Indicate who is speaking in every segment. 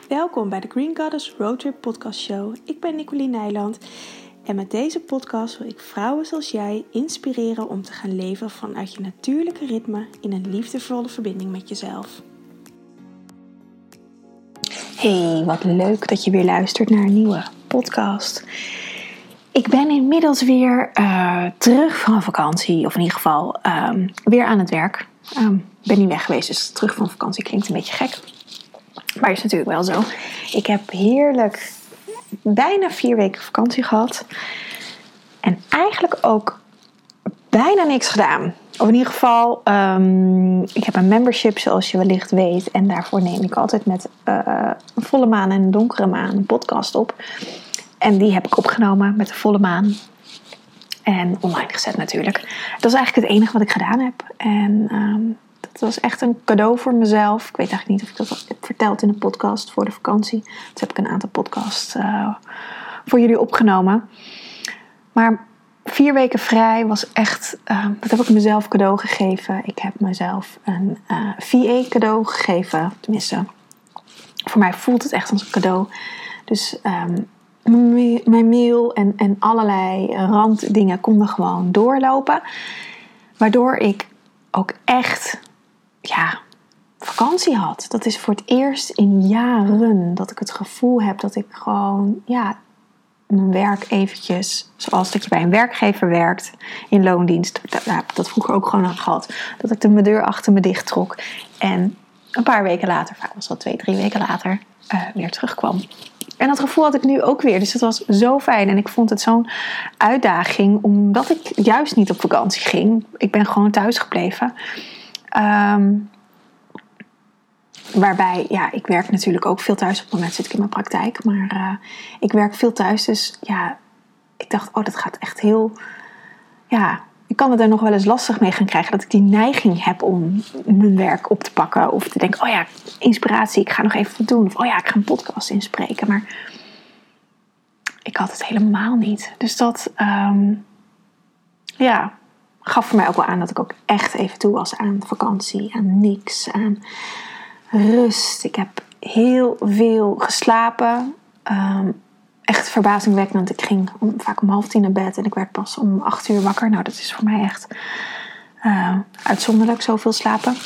Speaker 1: Welkom bij de Green Goddess Roadtrip Podcast Show. Ik ben Nicoline Nijland en met deze podcast wil ik vrouwen zoals jij inspireren om te gaan leven vanuit je natuurlijke ritme in een liefdevolle verbinding met jezelf. Hey, wat leuk dat je weer luistert naar een nieuwe podcast. Ik ben inmiddels weer terug van vakantie, of in ieder geval weer aan het werk. Ik ben niet weg geweest, dus terug van vakantie klinkt een beetje gek. Maar is natuurlijk wel zo. Ik heb heerlijk bijna 4 weken vakantie gehad. En eigenlijk ook bijna niks gedaan. Of in ieder geval, ik heb een membership zoals je wellicht weet. En daarvoor neem ik altijd met een volle maan en een donkere maan een podcast op. En die heb ik opgenomen met de volle maan. En online gezet natuurlijk. Dat is eigenlijk het enige wat ik gedaan heb. En dat was echt een cadeau voor mezelf. Ik weet eigenlijk niet of ik dat heb verteld in de podcast voor de vakantie. Dus heb ik een aantal podcasts voor jullie opgenomen. Maar 4 weken vrij was echt... dat heb ik mezelf cadeau gegeven. Ik heb mezelf een VA cadeau gegeven. Tenminste, voor mij voelt het echt als een cadeau. Dus mijn mail en allerlei randdingen konden gewoon doorlopen. Waardoor ik ook echt vakantie had. Dat is voor het eerst in jaren dat ik het gevoel heb dat ik gewoon mijn werk eventjes, zoals dat je bij een werkgever werkt in loondienst. Daar heb ik dat vroeger ook gewoon aan gehad. Dat ik mijn deur achter me dicht trok en een paar weken later, vaak was dat 2-3 weken later, weer terugkwam. En dat gevoel had ik nu ook weer. Dus het was zo fijn. En ik vond het zo'n uitdaging. Omdat ik juist niet op vakantie ging. Ik ben gewoon thuis gebleven. Waarbij, ik werk natuurlijk ook veel thuis. Op het moment zit ik in mijn praktijk. Maar ik werk veel thuis. Dus ik dacht, dat gaat echt heel... ik kan het er nog wel eens lastig mee gaan krijgen. Dat ik die neiging heb om mijn werk op te pakken. Of te denken, inspiratie, ik ga nog even wat doen. Of ik ga een podcast inspreken. Maar ik had het helemaal niet. Dus dat gaf voor mij ook wel aan dat ik ook echt even toe was aan vakantie. Aan niks, aan rust. Ik heb heel veel geslapen. Echt verbazingwekkend. Ik ging vaak om 9:30 naar bed en ik werd pas om 8:00 wakker. Nou, dat is voor mij echt uitzonderlijk, zoveel slapen.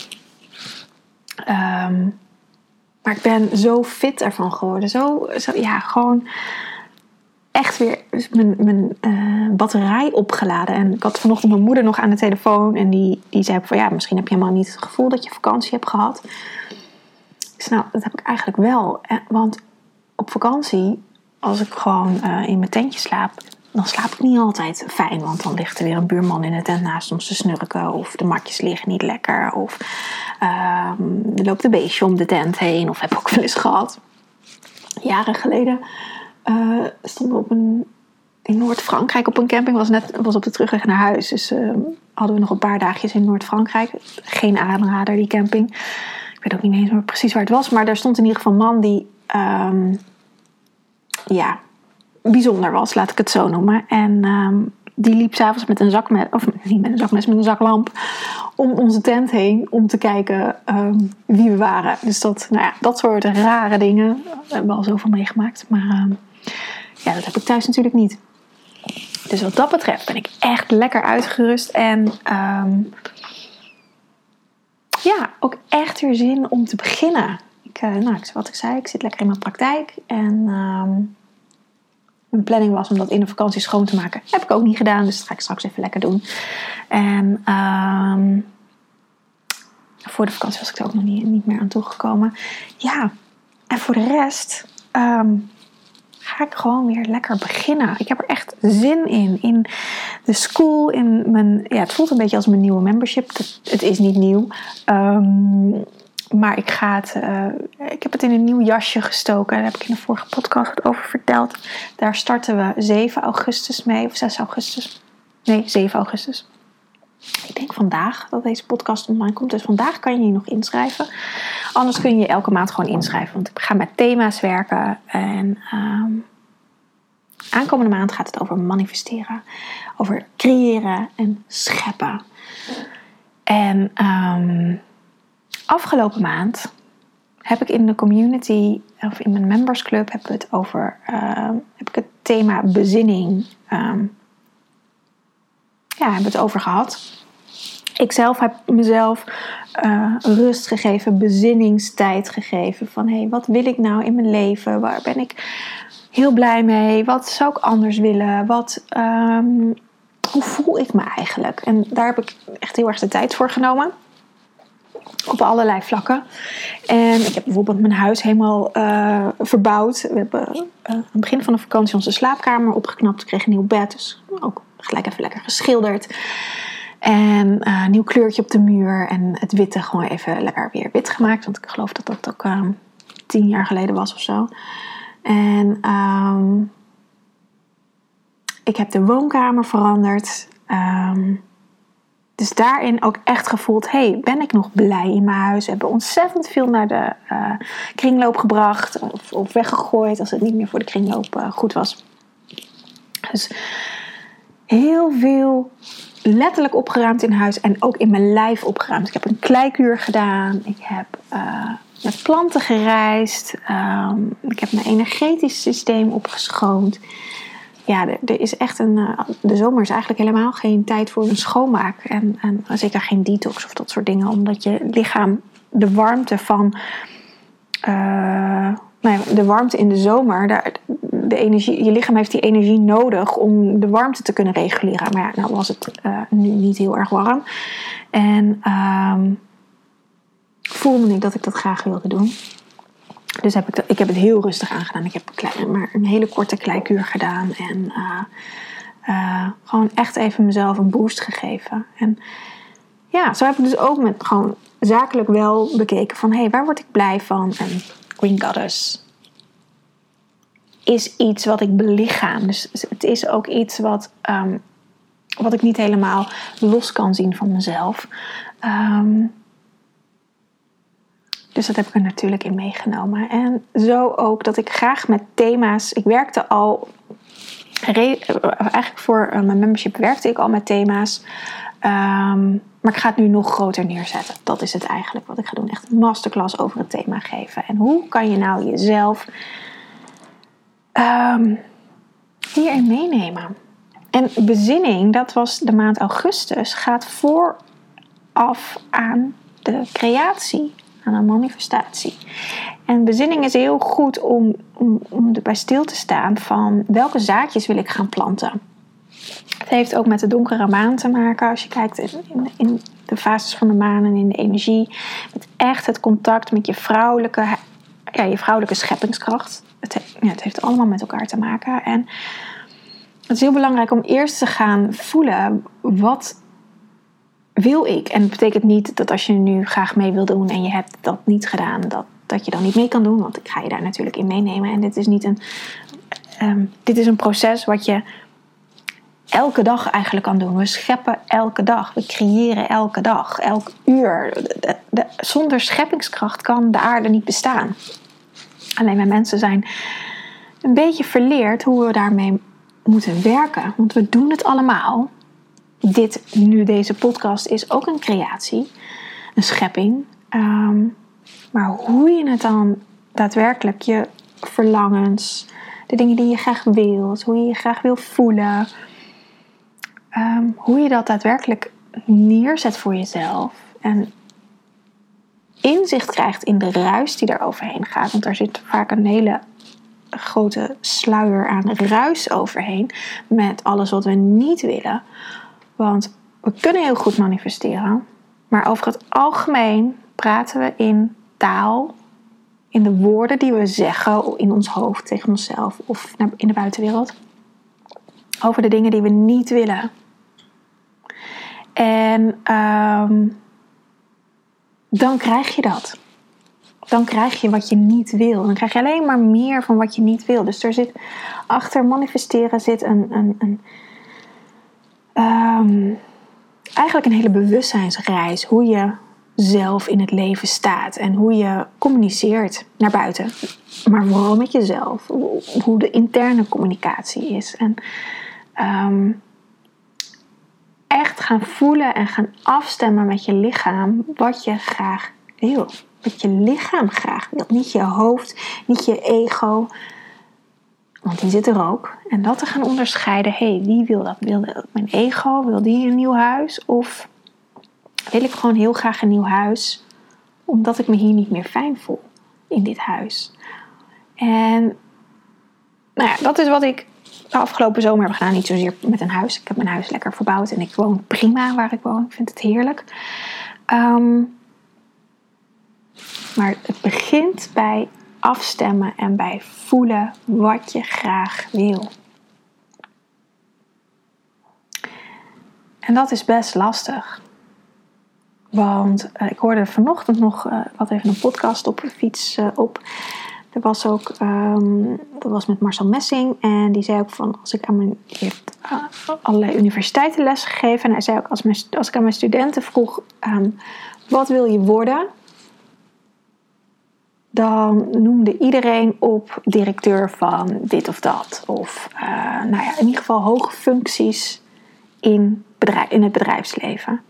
Speaker 1: Maar ik ben zo fit ervan geworden. Gewoon echt weer mijn batterij opgeladen. En ik had vanochtend mijn moeder nog aan de telefoon. En die zei van, misschien heb je helemaal niet het gevoel dat je vakantie hebt gehad. Ik zei, dat heb ik eigenlijk wel. Want op vakantie, als ik gewoon in mijn tentje slaap, dan slaap ik niet altijd fijn. Want dan ligt er weer een buurman in de tent naast ons te snurken. Of de matjes liggen niet lekker. Of er loopt een beestje om de tent heen. Of heb ik ook wel eens gehad. Jaren geleden stonden we in Noord-Frankrijk op een camping. Was op de terugweg naar huis. Dus hadden we nog een paar dagjes in Noord-Frankrijk. Geen aanrader, die camping. Ik weet ook niet eens meer precies waar het was. Maar daar stond in ieder geval een man die... bijzonder was, laat ik het zo noemen. En die liep 's avonds met een zakmes, of niet met een zakmes, met een zaklamp om onze tent heen om te kijken wie we waren. Dus dat soort rare dingen hebben we al zoveel meegemaakt. Maar dat heb ik thuis natuurlijk niet. Dus wat dat betreft ben ik echt lekker uitgerust en ook echt weer zin om te beginnen. Wat ik zei, ik zit lekker in mijn praktijk en mijn planning was om dat in de vakantie schoon te maken. Heb ik ook niet gedaan, dus dat ga ik straks even lekker doen. En voor de vakantie was ik er ook nog niet meer aan toegekomen. Ja, en voor de rest ga ik gewoon weer lekker beginnen. Ik heb er echt zin in. In de school, in mijn... het voelt een beetje als mijn nieuwe membership. Het is niet nieuw. Maar ik heb het in een nieuw jasje gestoken. Daar heb ik in de vorige podcast wat over verteld. Daar starten we 7 augustus mee. Of 6 augustus. Nee, 7 augustus. Ik denk vandaag dat deze podcast online komt. Dus vandaag kan je je nog inschrijven. Anders kun je elke maand gewoon inschrijven. Want ik ga met thema's werken. En aankomende maand gaat het over manifesteren. Over creëren en scheppen. En afgelopen maand heb ik in de community of in mijn membersclub heb ik het thema bezinning heb het over gehad. Ik zelf heb mezelf rust gegeven, bezinningstijd gegeven. Van wat wil ik nou in mijn leven? Waar ben ik heel blij mee? Wat zou ik anders willen? Hoe voel ik me eigenlijk? En daar heb ik echt heel erg de tijd voor genomen. Op allerlei vlakken. En ik heb bijvoorbeeld mijn huis helemaal verbouwd. We hebben aan het begin van de vakantie onze slaapkamer opgeknapt. We kregen een nieuw bed. Dus ook gelijk even lekker geschilderd. En een nieuw kleurtje op de muur. En het witte gewoon even lekker weer wit gemaakt. Want ik geloof dat dat ook 10 jaar geleden was of zo. En ik heb de woonkamer veranderd. Dus daarin ook echt gevoeld, ben ik nog blij in mijn huis? We hebben ontzettend veel naar de kringloop gebracht. Of weggegooid als het niet meer voor de kringloop goed was. Dus heel veel letterlijk opgeruimd in huis. En ook in mijn lijf opgeruimd. Ik heb een kleikuur gedaan. Ik heb met planten gereisd. Ik heb mijn energetisch systeem opgeschoond. Ja, er is echt de zomer is eigenlijk helemaal geen tijd voor een schoonmaak. En zeker geen detox of dat soort dingen. Omdat je lichaam de warmte van... de warmte in de zomer... je lichaam heeft die energie nodig om de warmte te kunnen reguleren. Maar ja, nou was het nu niet heel erg warm. En voelde ik dat ik dat graag wilde doen. Dus ik heb het heel rustig aangedaan. Ik heb maar een hele korte kleikuur gedaan. En gewoon echt even mezelf een boost gegeven. En ja, zo heb ik dus ook met gewoon zakelijk wel bekeken van... waar word ik blij van? En Green Goddess is iets wat ik belichaam. Dus het is ook iets wat ik niet helemaal los kan zien van mezelf. Dus dat heb ik er natuurlijk in meegenomen. En zo ook dat ik graag met thema's... Ik werkte al... Eigenlijk voor mijn membership werkte ik al met thema's. Maar ik ga het nu nog groter neerzetten. Dat is het eigenlijk wat ik ga doen. Echt een masterclass over het thema geven. En hoe kan je nou jezelf hierin meenemen? En bezinning, dat was de maand augustus... gaat vooraf aan de creatie... aan een manifestatie. En bezinning is heel goed om erbij stil te staan van welke zaadjes wil ik gaan planten. Het heeft ook met de donkere maan te maken. Als je kijkt in de fases van de maan en in de energie. Met echt het contact met je vrouwelijke scheppingskracht. Het heeft allemaal met elkaar te maken. En het is heel belangrijk om eerst te gaan voelen wat wil ik. En dat betekent niet dat als je nu graag mee wil doen en je hebt dat niet gedaan, dat je dan niet mee kan doen. Want ik ga je daar natuurlijk in meenemen. En dit is een proces wat je elke dag eigenlijk kan doen. We scheppen elke dag. We creëren elke dag. Elk uur. Zonder scheppingskracht kan de aarde niet bestaan. Alleen wij mensen zijn een beetje verleerd hoe we daarmee moeten werken. Want we doen het allemaal. Deze podcast is ook een creatie. Een schepping. Maar hoe je het dan daadwerkelijk, je verlangens, de dingen die je graag wilt, hoe je je graag wil voelen, hoe je dat daadwerkelijk neerzet voor jezelf en inzicht krijgt in de ruis die er overheen gaat. Want daar zit vaak een hele grote sluier aan ruis overheen met alles wat we niet willen. Want we kunnen heel goed manifesteren, maar over het algemeen praten we in taal, in de woorden die we zeggen in ons hoofd tegen onszelf of in de buitenwereld, over de dingen die we niet willen. En dan krijg je dat. Dan krijg je wat je niet wil. Dan krijg je alleen maar meer van wat je niet wil. Dus er zit achter manifesteren eigenlijk een hele bewustzijnsreis. Hoe je zelf in het leven staat. En hoe je communiceert naar buiten. Maar vooral met jezelf. Hoe de interne communicatie is. En echt gaan voelen en gaan afstemmen met je lichaam wat je graag wil. wat je lichaam graag wil. Niet je hoofd, niet je ego. Want die zit er ook. En dat te gaan onderscheiden. Wie wil dat? Wil mijn ego? Wil die een nieuw huis? Of wil ik gewoon heel graag een nieuw huis? Omdat ik me hier niet meer fijn voel in dit huis. En dat is wat ik de afgelopen zomer heb gedaan. Niet zozeer met een huis. Ik heb mijn huis lekker verbouwd. En ik woon prima waar ik woon. Ik vind het heerlijk. Maar het begint bij afstemmen en bij voelen wat je graag wil. En dat is best lastig. Want ik hoorde vanochtend nog wat even een podcast op de fiets op. Er was ook, dat was met Marcel Messing. En die zei ook van, die heeft allerlei universiteiten les gegeven. En hij zei ook, als ik aan mijn studenten vroeg, wat wil je worden? Dan noemde iedereen op directeur van dit of dat. Of in ieder geval hoge functies in het bedrijfsleven.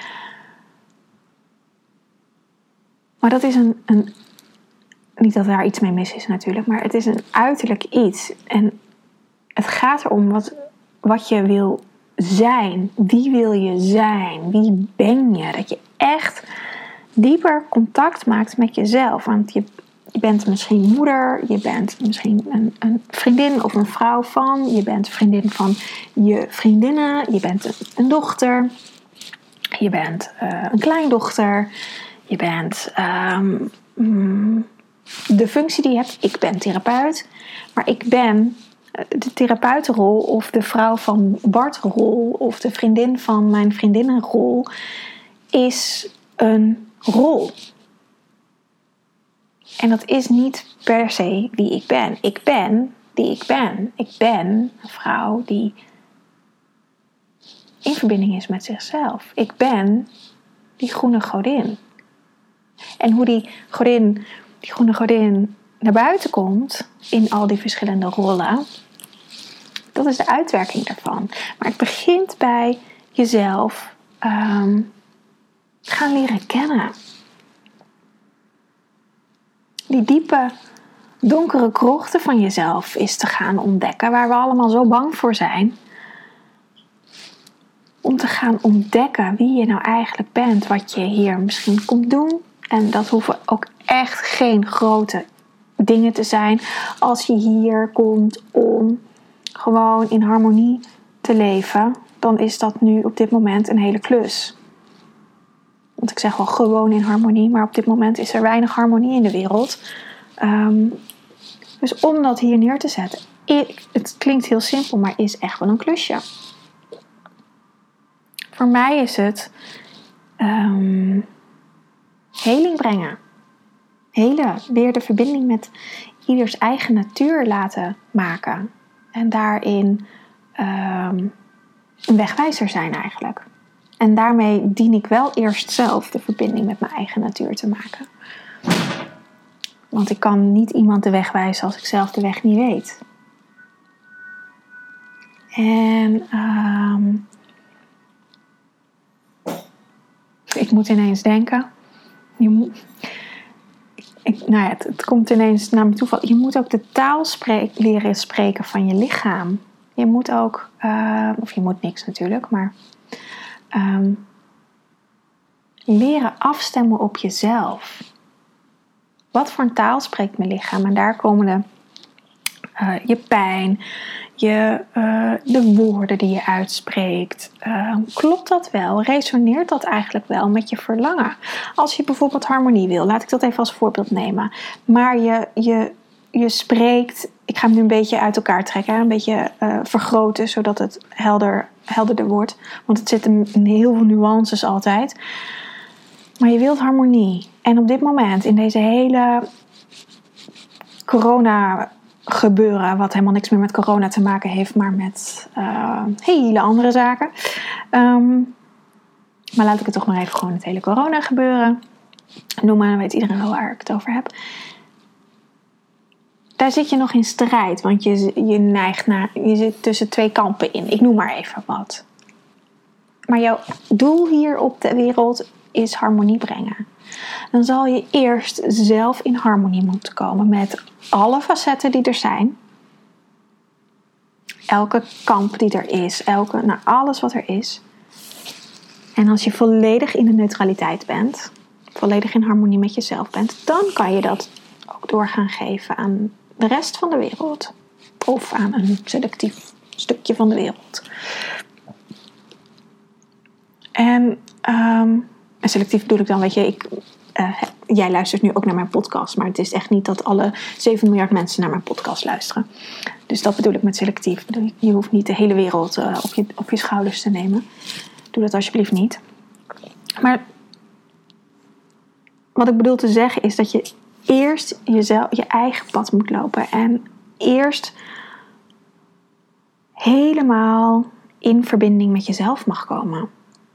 Speaker 1: Maar dat is een niet dat daar iets mee mis is natuurlijk, maar het is een uiterlijk iets. En het gaat erom wat je wil zijn. Wie wil je zijn? Wie ben je? Dat je echt dieper contact maakt met jezelf. Want je bent misschien moeder, je bent misschien een vriendin of een vrouw van, je bent vriendin van je vriendinnen, je bent een dochter, je bent een kleindochter, je bent de functie die je hebt. Ik ben therapeut, maar ik ben de therapeutenrol of de vrouw van Bartrol of de vriendin van mijn vriendinnenrol is een rol. En dat is niet per se wie ik ben. Ik ben die ik ben. Ik ben een vrouw die in verbinding is met zichzelf. Ik ben die groene godin. En hoe die groene godin naar buiten komt in al die verschillende rollen, dat is de uitwerking daarvan. Maar het begint bij jezelf gaan leren kennen. Die diepe, donkere krochten van jezelf is te gaan ontdekken, waar we allemaal zo bang voor zijn. Om te gaan ontdekken wie je nou eigenlijk bent, wat je hier misschien komt doen. En dat hoeven ook echt geen grote dingen te zijn. Als je hier komt om gewoon in harmonie te leven, dan is dat nu op dit moment een hele klus. Want ik zeg wel gewoon in harmonie, maar op dit moment is er weinig harmonie in de wereld. Dus om dat hier neer te zetten, het klinkt heel simpel, maar is echt wel een klusje. Voor mij is het heling brengen. Helen, weer de verbinding met ieders eigen natuur laten maken. En daarin een wegwijzer zijn eigenlijk. En daarmee dien ik wel eerst zelf de verbinding met mijn eigen natuur te maken. Want ik kan niet iemand de weg wijzen als ik zelf de weg niet weet. En ik moet ineens denken. Het komt ineens naar me toe. Je moet ook de taal leren spreken van je lichaam. Je moet ook, of je moet niks natuurlijk, maar leren afstemmen op jezelf. Wat voor een taal spreekt mijn lichaam? En daar komen je pijn, de woorden die je uitspreekt. Klopt dat wel? Resoneert dat eigenlijk wel met je verlangen? Als je bijvoorbeeld harmonie wil, laat ik dat even als voorbeeld nemen. Maar je spreekt, ik ga hem nu een beetje uit elkaar trekken, een beetje vergroten, zodat het helderder wordt. Want het zit in heel veel nuances altijd. Maar je wilt harmonie. En op dit moment, in deze hele corona gebeuren, wat helemaal niks meer met corona te maken heeft, maar met hele andere zaken. Maar laat ik het toch maar even gewoon het hele corona gebeuren noemen, dan weet iedereen wel waar ik het over heb. Daar zit je nog in strijd, want je zit tussen twee kampen in. Ik noem maar even wat. Maar jouw doel hier op de wereld is harmonie brengen. Dan zal je eerst zelf in harmonie moeten komen met alle facetten die er zijn. Elke kamp die er is, alles wat er is. En als je volledig in de neutraliteit bent, volledig in harmonie met jezelf bent, dan kan je dat ook door gaan geven aan de rest van de wereld. Of aan een selectief stukje van de wereld. En selectief bedoel ik dan, weet je, jij luistert nu ook naar mijn podcast, maar het is echt niet dat alle 7 miljard mensen naar mijn podcast luisteren. Dus dat bedoel ik met selectief. Je hoeft niet de hele wereld op je schouders te nemen. Doe dat alsjeblieft niet. Maar wat ik bedoel te zeggen is dat je eerst je eigen pad moet lopen. En eerst helemaal in verbinding met jezelf mag komen.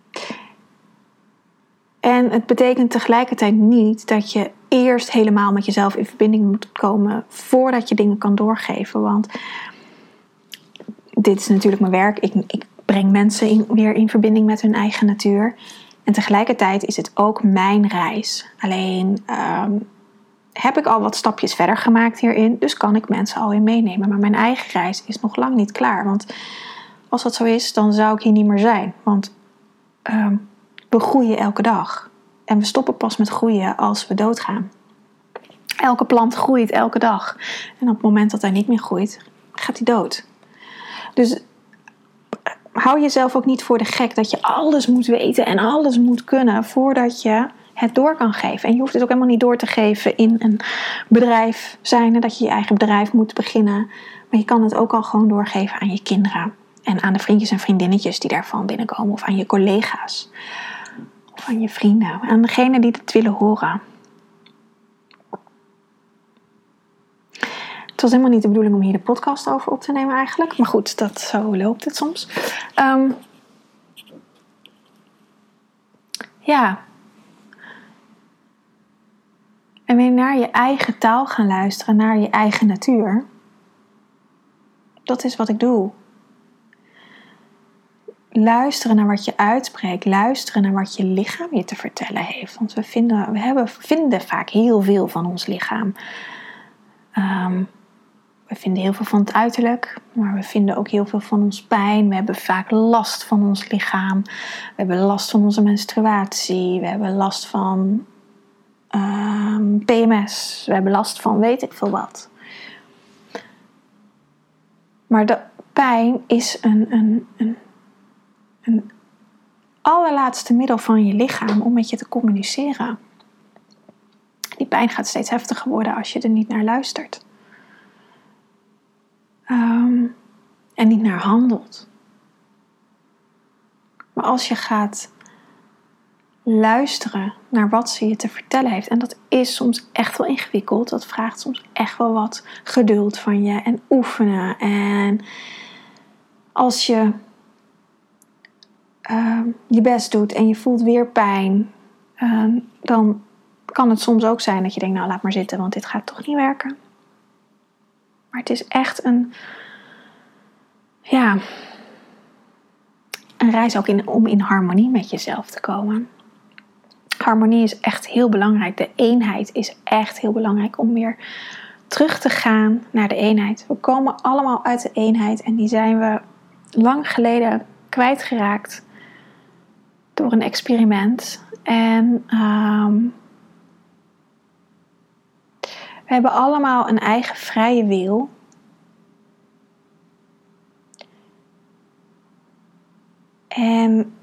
Speaker 1: En het betekent tegelijkertijd niet dat je eerst helemaal met jezelf in verbinding moet komen voordat je dingen kan doorgeven. Want dit is natuurlijk mijn werk. Ik breng mensen weer in verbinding met hun eigen natuur. En tegelijkertijd is het ook mijn reis. Alleen heb ik al wat stapjes verder gemaakt hierin. Dus kan ik mensen al in meenemen. Maar mijn eigen reis is nog lang niet klaar. Want als dat zo is, dan zou ik hier niet meer zijn. Want we groeien elke dag. En we stoppen pas met groeien als we doodgaan. Elke plant groeit elke dag. En op het moment dat hij niet meer groeit, gaat hij dood. Dus hou jezelf ook niet voor de gek dat je alles moet weten en alles moet kunnen voordat je het door kan geven. En je hoeft het ook helemaal niet door te geven in een bedrijf zijnde, dat je je eigen bedrijf moet beginnen. Maar je kan het ook al gewoon doorgeven aan je kinderen. En aan de vriendjes en vriendinnetjes die daarvan binnenkomen. Of aan je collega's. Of aan je vrienden. Aan degenen die het willen horen. Het was helemaal niet de bedoeling om hier de podcast over op te nemen eigenlijk. Maar goed, zo loopt het soms. Ja. En weer naar je eigen taal gaan luisteren. Naar je eigen natuur. Dat is wat ik doe. Luisteren naar wat je uitspreekt. Luisteren naar wat je lichaam je te vertellen heeft. Want we vinden vaak heel veel van ons lichaam. We vinden heel veel van het uiterlijk. Maar we vinden ook heel veel van ons pijn. We hebben vaak last van ons lichaam. We hebben last van onze menstruatie. We hebben last van PMS. We hebben last van weet ik veel wat. Maar de pijn is een allerlaatste middel van je lichaam om met je te communiceren. Die pijn gaat steeds heftiger worden als je er niet naar luistert. En niet naar handelt. Maar als je gaat luisteren naar wat ze je te vertellen heeft. En dat is soms echt wel ingewikkeld. Dat vraagt soms echt wel wat geduld van je. En oefenen. En als je je best doet en je voelt weer pijn. Dan kan het soms ook zijn dat je denkt, nou laat maar zitten, want dit gaat toch niet werken. Maar het is echt een reis ook om in harmonie met jezelf te komen. Harmonie is echt heel belangrijk. De eenheid is echt heel belangrijk om weer terug te gaan naar de eenheid. We komen allemaal uit de eenheid en die zijn we lang geleden kwijtgeraakt door een experiment. En we hebben allemaal een eigen vrije wil. En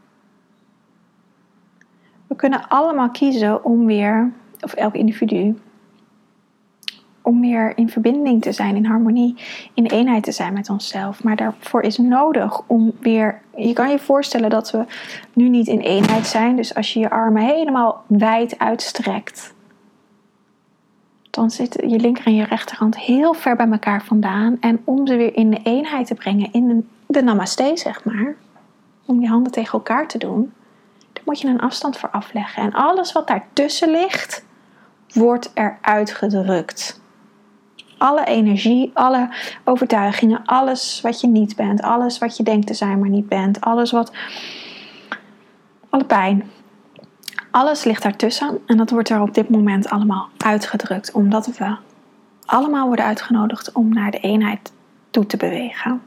Speaker 1: we kunnen allemaal kiezen om weer, of elk individu, om weer in verbinding te zijn, in harmonie, in eenheid te zijn met onszelf. Maar daarvoor is nodig om weer, je kan je voorstellen dat we nu niet in eenheid zijn. Dus als je je armen helemaal wijd uitstrekt, dan zitten je linker en je rechterhand heel ver bij elkaar vandaan. En om ze weer in de eenheid te brengen, in de namaste zeg maar, om je handen tegen elkaar te doen, daar moet je een afstand voor afleggen. En alles wat daartussen ligt, wordt eruit gedrukt. Alle energie, alle overtuigingen, alles wat je niet bent, alles wat je denkt te zijn maar niet bent, alle pijn, Alles ligt daartussen en dat wordt er op dit moment allemaal uitgedrukt, omdat we allemaal worden uitgenodigd om naar de eenheid toe te bewegen.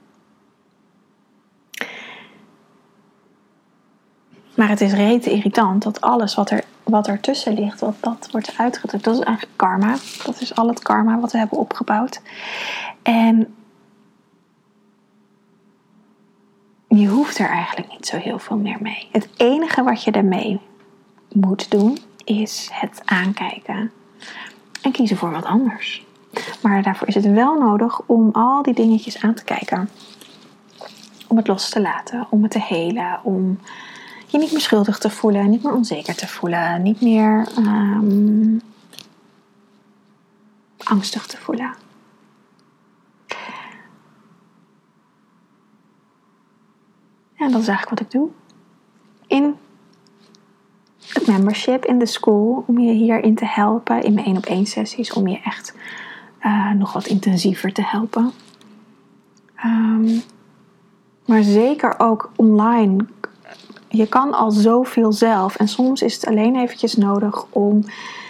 Speaker 1: Maar het is rete irritant dat alles wat ertussen ligt, dat wordt uitgedrukt. Dat is eigenlijk karma. Dat is al het karma wat we hebben opgebouwd. En je hoeft er eigenlijk niet zo heel veel meer mee. Het enige wat je ermee moet doen, is het aankijken. En kiezen voor wat anders. Maar daarvoor is het wel nodig om al die dingetjes aan te kijken. Om het los te laten, om het te helen, om je niet meer schuldig te voelen, niet meer onzeker te voelen, niet meer angstig te voelen. En dat is eigenlijk wat ik doe. In het membership, in de school, om je hierin te helpen, in mijn 1-op-1 sessies, om je echt nog wat intensiever te helpen. Maar zeker ook online. Je kan al zoveel zelf. En soms is het alleen eventjes nodig om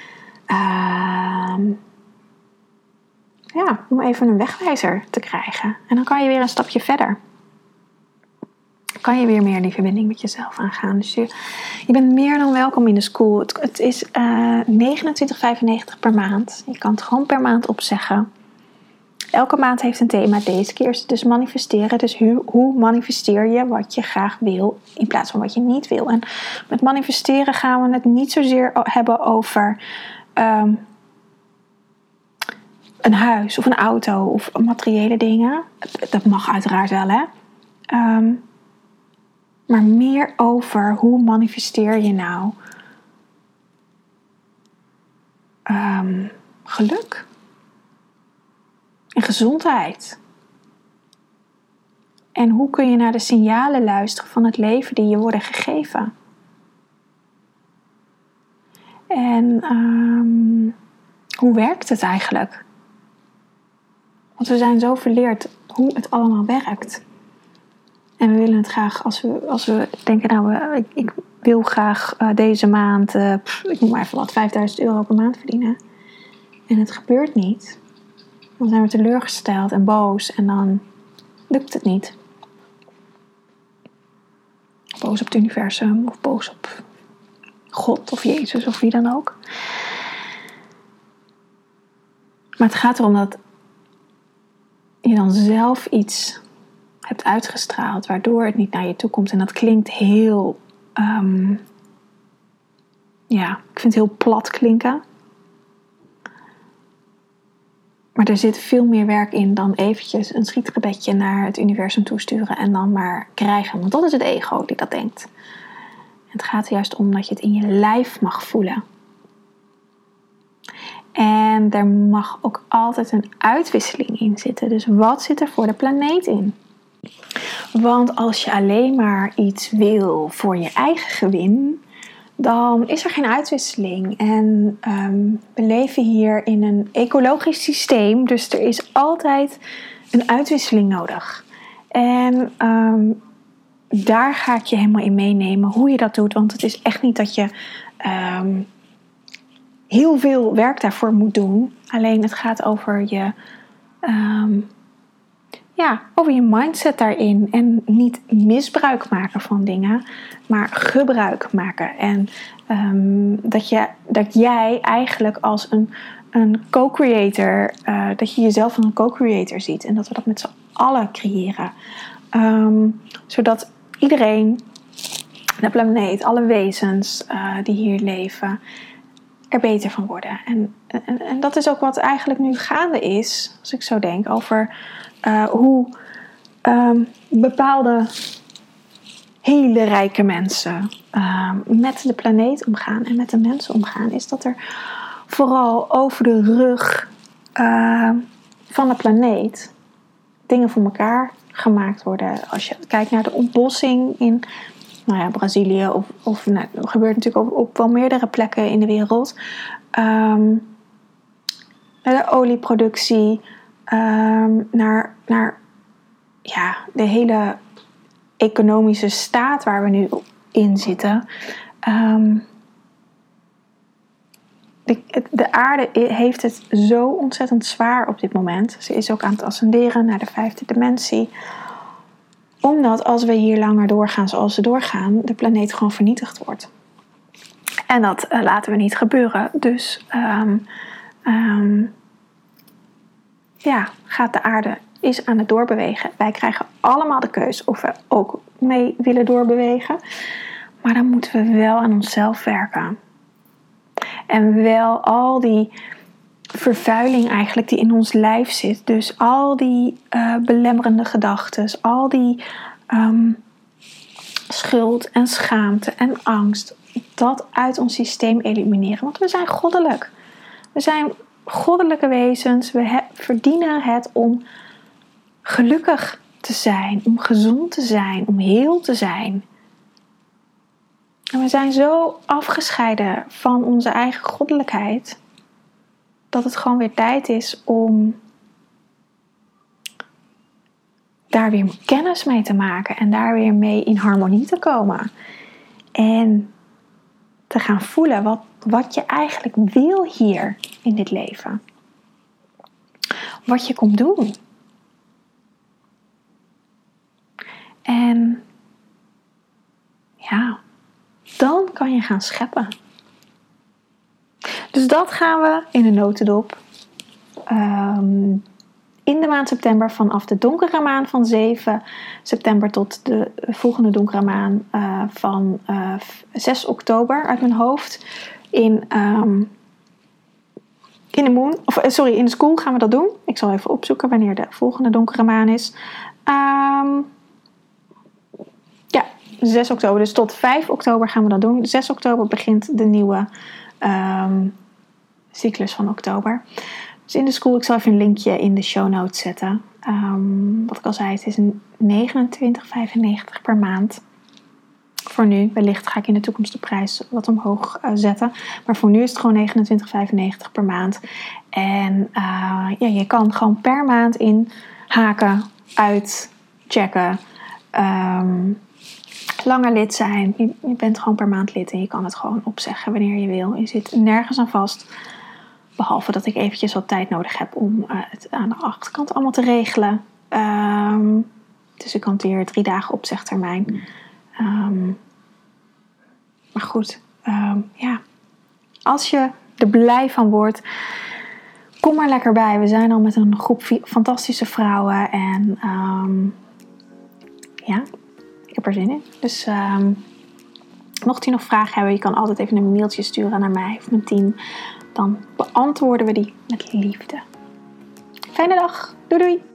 Speaker 1: om even een wegwijzer te krijgen. En dan kan je weer een stapje verder. Kan je weer meer die verbinding met jezelf aangaan. Dus je bent meer dan welkom in de school. Het is $29,95 per maand. Je kan het gewoon per maand opzeggen. Elke maand heeft een thema. Deze keer is het dus manifesteren. Dus hoe manifesteer je wat je graag wil in plaats van wat je niet wil. En met manifesteren gaan we het niet zozeer hebben over een huis of een auto of materiële dingen. Dat mag uiteraard wel, hè. Maar meer over hoe manifesteer je nou geluk en gezondheid. En hoe kun je naar de signalen luisteren van het leven die je worden gegeven. En hoe werkt het eigenlijk? Want we zijn zo verleerd hoe het allemaal werkt. En we willen het graag, als we denken, nou, ik wil graag deze maand, ik noem maar even wat, €5.000 per maand verdienen. En het gebeurt niet. Dan zijn we teleurgesteld en boos en dan lukt het niet. Boos op het universum of boos op God of Jezus of wie dan ook. Maar het gaat erom dat je dan zelf iets hebt uitgestraald waardoor het niet naar je toe komt. En dat klinkt heel, ik vind het heel plat klinken. Maar er zit veel meer werk in dan eventjes een schietgebedje naar het universum toesturen en dan maar krijgen. Want dat is het ego die dat denkt. Het gaat er juist om dat je het in je lijf mag voelen. En er mag ook altijd een uitwisseling in zitten. Dus wat zit er voor de planeet in? Want als je alleen maar iets wil voor je eigen gewin, dan is er geen uitwisseling. En we leven hier in een ecologisch systeem, dus er is altijd een uitwisseling nodig. En daar ga ik je helemaal in meenemen hoe je dat doet. Want het is echt niet dat je heel veel werk daarvoor moet doen. Alleen het gaat over over je mindset daarin. En niet misbruik maken van dingen, maar gebruik maken. En dat jij eigenlijk als een co-creator, dat je jezelf als een co-creator ziet. En dat we dat met z'n allen creëren. Zodat iedereen, de planeet, alle wezens die hier leven, er beter van worden. En dat is ook wat eigenlijk nu gaande is, als ik zo denk, over hoe bepaalde hele rijke mensen met de planeet omgaan en met de mensen omgaan, is dat er vooral over de rug van de planeet dingen voor elkaar gemaakt worden. Als je kijkt naar de ontbossing in Brazilië of dat gebeurt natuurlijk op wel meerdere plekken in de wereld. De olieproductie, naar de hele economische staat waar we nu in zitten. de aarde heeft het zo ontzettend zwaar op dit moment. Ze is ook aan het ascenderen naar de 5e dimensie. Omdat als we hier langer doorgaan zoals we doorgaan, de planeet gewoon vernietigd wordt. En dat laten we niet gebeuren. Dus gaat de aarde is aan het doorbewegen. Wij krijgen allemaal de keus of we ook mee willen doorbewegen. Maar dan moeten we wel aan onszelf werken. En wel al die vervuiling eigenlijk die in ons lijf zit. Dus al die belemmerende gedachten. Al die schuld en schaamte en angst. Dat uit ons systeem elimineren. Want we zijn goddelijk. We zijn goddelijke wezens. We verdienen het om gelukkig te zijn. Om gezond te zijn. Om heel te zijn. En we zijn zo afgescheiden van onze eigen goddelijkheid. Dat het gewoon weer tijd is om daar weer kennis mee te maken. En daar weer mee in harmonie te komen. En te gaan voelen wat je eigenlijk wil hier in dit leven. Wat je komt doen. En ja, dan kan je gaan scheppen. Dus dat gaan we in de notendop. In de maand september vanaf de donkere maan van 7 september tot de volgende donkere maan van 6 oktober uit mijn hoofd. In de school gaan we dat doen. Ik zal even opzoeken wanneer de volgende donkere maan is. 6 oktober. Dus tot 5 oktober gaan we dat doen. 6 oktober begint de nieuwe cyclus van oktober. Dus in de school, ik zal even een linkje in de show notes zetten. Wat ik al zei, het is $29,95 per maand. Voor nu. Wellicht ga ik in de toekomst de prijs wat omhoog zetten. Maar voor nu is het gewoon $29,95 per maand. En je kan gewoon per maand inhaken, uitchecken. Langer lid zijn. Je bent gewoon per maand lid en je kan het gewoon opzeggen wanneer je wil. Je zit nergens aan vast. Behalve dat ik eventjes wat tijd nodig heb om het aan de achterkant allemaal te regelen. Dus ik hanteer 3 dagen opzegtermijn. Maar goed. Als je er blij van wordt, kom maar lekker bij. We zijn al met een groep fantastische vrouwen. En ik heb er zin in. Dus mocht je nog vragen hebben, je kan altijd even een mailtje sturen naar mij of mijn team. Dan beantwoorden we die met liefde. Fijne dag. Doei doei.